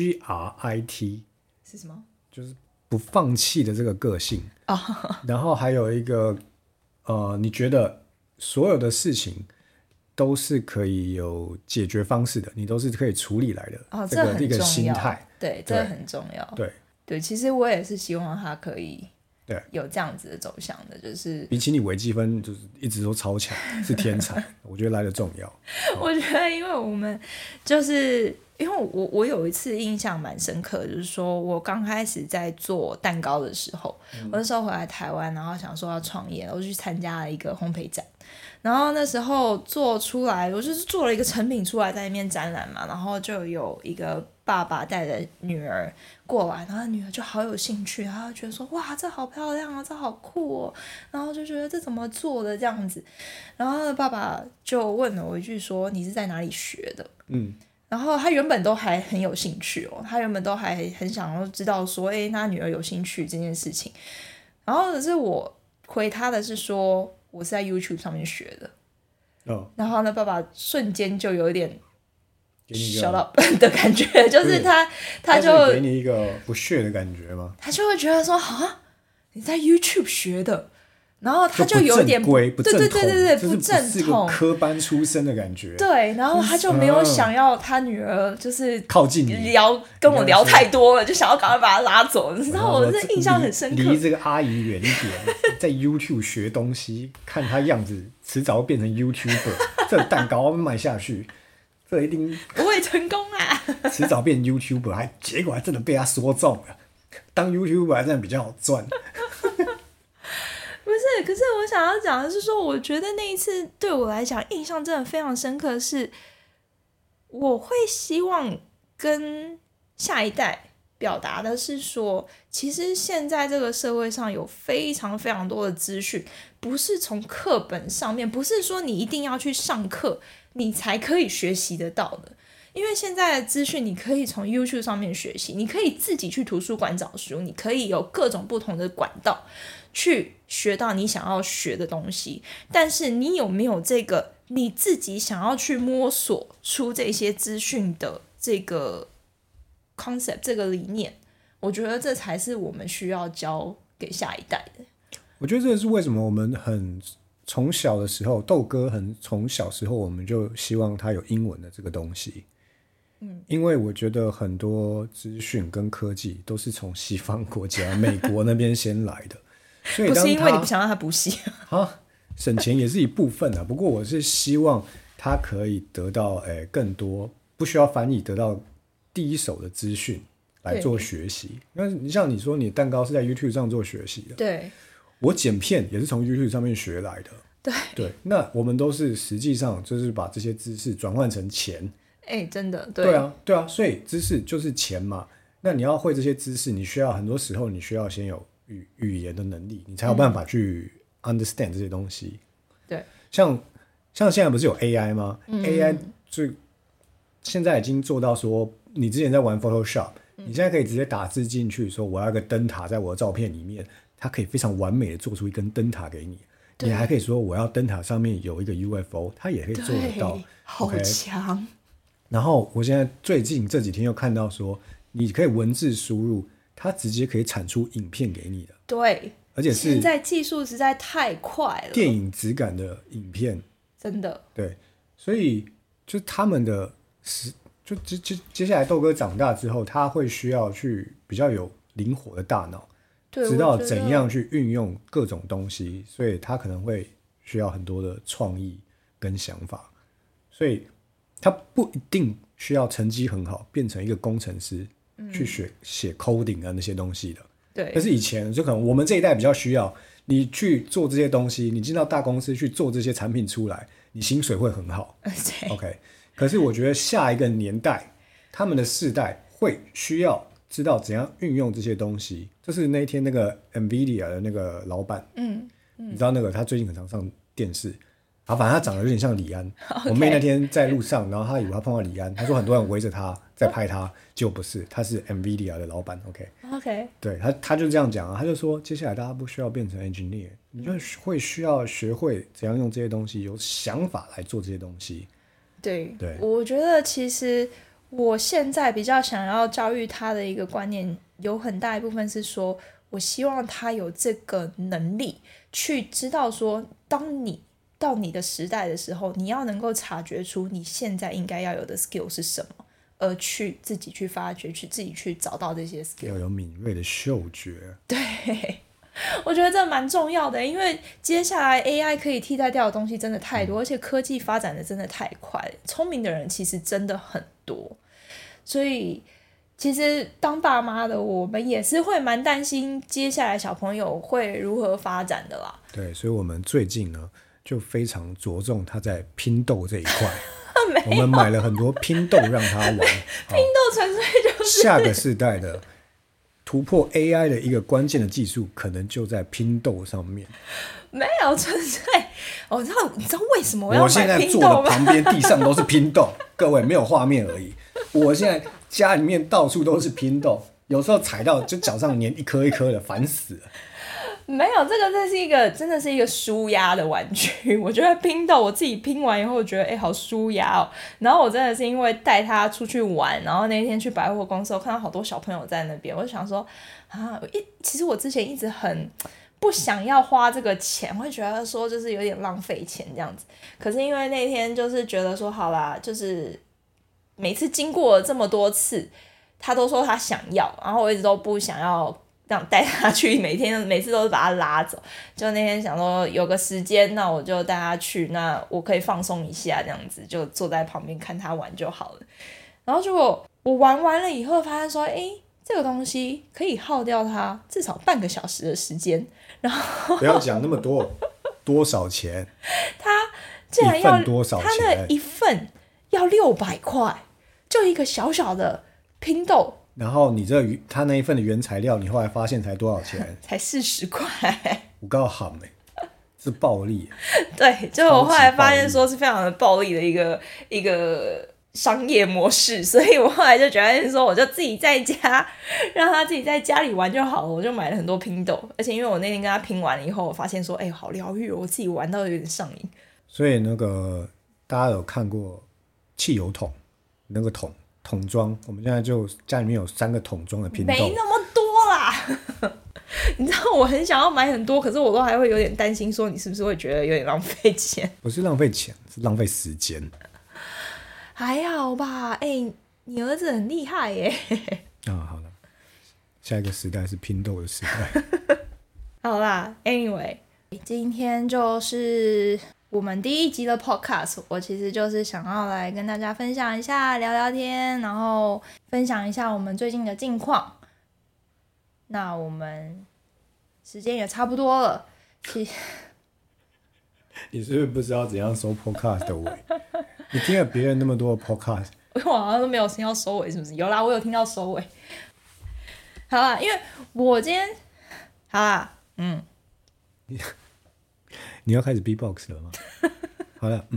Grit 是什么？ 就是不放弃的这个个性然后还有一个你觉得所有的事情都是可以有解决方式的，你都是可以处理来的这个一个心态， 对，这个很重要。对，其实我也是希望他可以有这样子的走向的，就是比起你微积分就是一直都超强是天才我觉得来的重要我觉得因为我们就是因为我有一次印象蛮深刻的，就是说我刚开始在做蛋糕的时候，我那时候回来台湾，然后想说要创业，我就去参加了一个烘焙展，然后那时候做出来，我就是做了一个成品出来在那边展览嘛，然后就有一个爸爸带着女儿过来，然后女儿就好有兴趣，然后觉得说哇这好漂亮啊，这好酷哦，然后就觉得这怎么做的这样子，然后爸爸就问了我一句说你是在哪里学的？然后他原本都还很有兴趣哦，他原本都还很想要知道说他女儿有兴趣这件事情，然后可是我回他的是说我是在 YouTube 上面学的然后呢爸爸瞬间就有点shut up 的感觉，就是他就给你一个不屑的感觉吗？ 他就会觉得说啊你在 YouTube 学的，然后他就有点不正统， 对不正统， 科班出身的感觉。 对，然后他就没有想要他女儿就是靠近你跟我聊太多了，就想要赶快把他拉走。你知道我这印象很深刻， 离这个阿姨远一点，在 YouTube 学东西，看他样子，迟早会变成 YouTuber。这蛋糕卖下去，这一定不会成功啊！ 迟早变 YouTuber， 结果还真的被他说中了。当 YouTuber 还真的比较好赚。 不是，可是我想要讲的是说，我觉得那一次对我来讲印象真的非常深刻是，我会希望跟下一代表达的是说，其实现在这个社会上有非常非常多的资讯，不是从课本上面，不是说你一定要去上课，你才可以学习得到的。因为现在的资讯你可以从 YouTube 上面学习，你可以自己去图书馆找书，你可以有各种不同的管道去学到你想要学的东西，但是你有没有这个你自己想要去摸索出这些资讯的这个 concept 这个理念，我觉得这才是我们需要教给下一代的。 我觉得这是为什么我们从小的时候，豆哥从小时候我们就希望他有英文的这个东西。因为我觉得很多资讯跟科技都是从西方国家美国那边先来的，所以不是因为你不想让他补习省钱也是一部分不过我是希望他可以得到更多不需要翻译，得到第一手的资讯来做学习。那你像你说你蛋糕是在 YouTube 上做学习的， 对， 我剪片也是从 YouTube 上面学来的，对，那我们都是实际上就是把这些知识转换成钱。 真的对啊，所以知识就是钱嘛。那你要会这些知识，你需要很多时候你需要先有语言的能力，你才有办法去 understand 这些东西。 对， 像现在不是有 AI 吗？AI 就现在已经做到说，你之前在玩 Photoshop，你现在可以直接打字进去，说我要一个灯塔在我的照片里面，它可以非常完美的做出一根灯塔给你。你还可以说我要灯塔上面有一个 UFO， 它也可以做得到， 好强。 然后我现在最近这几天又看到说，你可以文字输入，它直接可以产出影片给你的。 对， 而且是现在技术实在太快了， 电影质感的影片， 真的。 对， 所以就他们的就接下来豆哥长大之后，他会需要去比较有灵活的大脑，知道怎样去运用各种东西，所以他可能会需要很多的创意跟想法，所以他不一定需要成绩很好，变成一个工程师，去写 coding 啊那些东西的。 对， 但是以前就可能我们这一代比较需要你去做这些东西，你进到大公司去做这些产品出来，你薪水会很好。OK， 可是我觉得下一个年代，他们的世代会需要知道怎样运用这些东西。就是那一天那个 NVIDIA 的那个老板，你知道那个他最近很常上电视。反正他长得有点像李安。我妹那天在路上，然后她以为她碰到李安，她说很多人围着他在拍他，结果不是，他是 NVIDIA 的老板。OK， 对，他就这样讲啊，他就说接下来大家不需要变成 engineer， 你就会需要学会怎样用这些东西，有想法来做这些东西。 对，我觉得其实我现在比较想要教育他的一个观念，有很大一部分是说，我希望他有这个能力去知道说，当你到你的时代的时候，你要能够察觉出你现在应该要有的 skill 是什么，而去自己去发掘，去自己去找到这些 skill， 要有敏锐的嗅觉。 对，我觉得这蛮重要的，因为接下来 AI 可以替代掉的东西真的太多，而且科技发展的真的太快了，聪明的人其实真的很多，所以其实当爸妈的我们也是会蛮担心接下来小朋友会如何发展的啦。 对，所以我们最近呢就非常着重他在拼豆这一块我们买了很多拼豆让他玩。拼豆纯粹就是下个世代的突破 AI 的一个关键的技术，可能就在拼豆上面。 没有纯粹，你知道为什么我要买拼豆吗？ 我现在坐的旁边地上都是拼豆，各位没有画面而已。我现在家里面到处都是拼豆，有时候踩到就脚上粘一颗一颗的，烦死了。 没有，这真的是一个舒压的玩具。我觉得拼豆，我自己拼完以后觉得好舒压哦。然后我真的是因为带他出去玩，然后那天去百货公司，我看到好多小朋友在那边，我就想说其实我之前一直很不想要花这个钱，会觉得说就是有点浪费钱这样子。可是因为那天就是觉得说好啦，就是每次经过了这么多次，他都说他想要，然后我一直都不想要带他去，每次都是把他拉走。就那天想说有个时间，那我就带他去，那我可以放松一下，这样子就坐在旁边看他玩就好了。然后结果我玩完了以后，发现说，这个东西可以耗掉他至少半个小时的时间。然后不要讲那么多，多少钱？ 他竟然要多少钱？ 他那一份要600块，就一个小小的拼豆。 然后他那一份的原材料，你后来发现才多少钱？ 才40块。 我告喊是暴利。 对，就我后来发现说是非常的暴利的一个商业模式，所以我后来就决定说，我就自己在家，让他自己在家里玩就好了。我就买了很多拼豆，而且因为我那天跟他拼完了以后，我发现说，好疗愈，我自己玩到有点上瘾。 所以大家有看过汽油桶那个桶装，我们现在就家里面有3个桶装的拼豆， 没那么多啦。你知道我很想要买很多，可是我都还会有点担心说你是不是会觉得有点浪费钱。 不是浪费钱，是浪费时间。 还好吧，你儿子很厉害耶。 好了，下一个时代是拼豆的时代。 好啦 anyway， 今天就是我们第1集的 podcast， 我其实就是想要来跟大家分享一下，聊聊天，然后分享一下我们最近的近况。那我们时间也差不多了。 你是不是不知道怎样收 podcast 的尾？你听了别人那么多的 podcast， 我好像都没有听到收尾，是不是？有啦，我有听到收尾。好啦，因为我今天好啦， 你要开始 B-box 了吗？好了，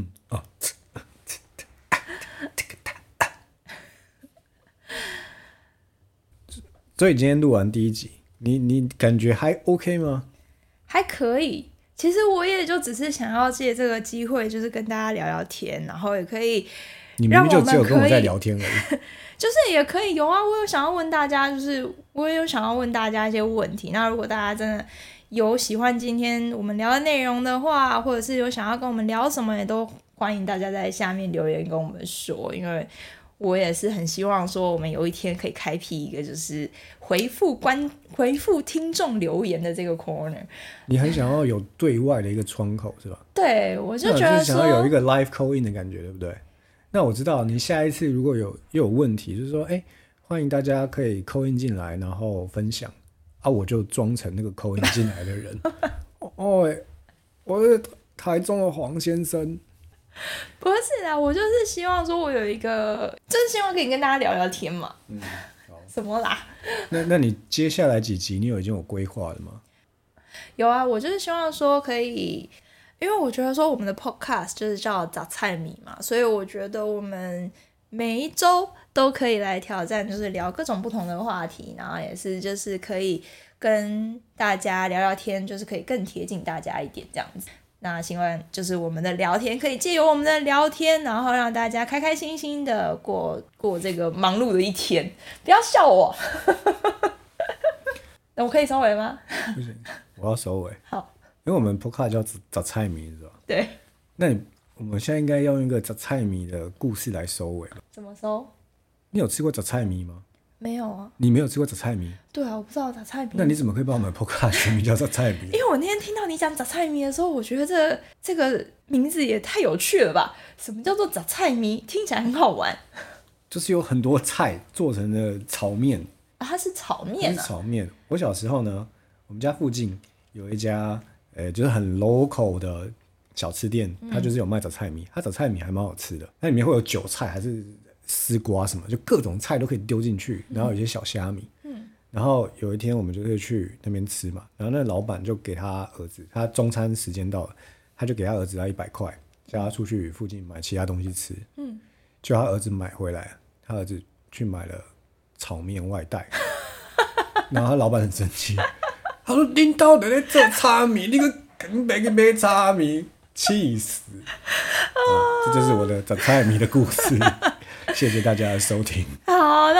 所以今天录完第1集，你感觉还 OK 吗？ 还可以。其实我也就只是想要借这个机会，就是跟大家聊聊天，然后也可以让我们可以， 你明明就只有跟我在聊天而已。 就是也可以有啊，我有想要问大家，我也有想要问大家一些问题。那如果大家真的有喜欢今天我们聊的内容的话，或者是有想要跟我们聊什么，也都欢迎大家在下面留言跟我们说，因为我也是很希望说我们有一天可以开辟一个就是回复听众留言的这个 corner。 你很想要有对外的一个窗口是吧？ 对，我就觉得就是想要有一个 live call in 的感觉，对不对？那我知道你下一次如果又有问题，就是说，欢迎大家可以 call in 进来，然后分享啊，我就装成那个 call in 进来的人。我是台中的黄先生。 不是啦，我就是希望说我有一个，就是希望可以跟大家聊聊天嘛。什么啦？ 那你接下来几集你已经有规划了吗？ 有啊，我就是希望说可以，因为我觉得说我们的 podcast 就是叫杂菜米嘛，所以我觉得我们每一周都可以来挑战，就是聊各种不同的话题，然后也是就是可以跟大家聊聊天，就是可以更贴近大家一点这样子。那希望就是我们的聊天可以借由我们的聊天，然后让大家开开心心的过这个忙碌的一天。不要笑我。那我可以收尾吗？ 不行，我要收尾。 好， 因为我们 podcast 叫杂菜米是吧？ 对。 那我们现在应该要用一个杂菜米的故事来收尾吧？ 怎么收？ 你有吃过杂菜米吗？ 没有啊。 你没有吃过杂菜米？ 对啊，我不知道杂菜米。 那你怎么可以把我们 podcast 取名叫杂菜米？ 因为我那天听到你讲杂菜米的时候，我觉得这个名字也太有趣了吧？什么叫做杂菜米？听起来很好玩。 就是有很多菜做成的炒面啊，它是炒面啊。 它是炒面。我小时候呢，我们家附近有一家就是很 local 的小吃店，它就是有卖杂菜米，它杂菜米还蛮好吃的。那里面会有韭菜还是丝瓜什么，就各种菜都可以丢进去，然后有些小虾米。然后有一天我们就是去那边吃嘛，然后那老板就给他儿子，他中餐时间到了，他就给他儿子100块，叫他出去附近买其他东西吃。就他儿子买回来，他儿子去买了炒面外带，然后他老板很生气，他说：“恁到底在做炒面，你个肯别去买炒面，气死！”这就是我的杂菜米的故事。谢谢大家的收听。 好。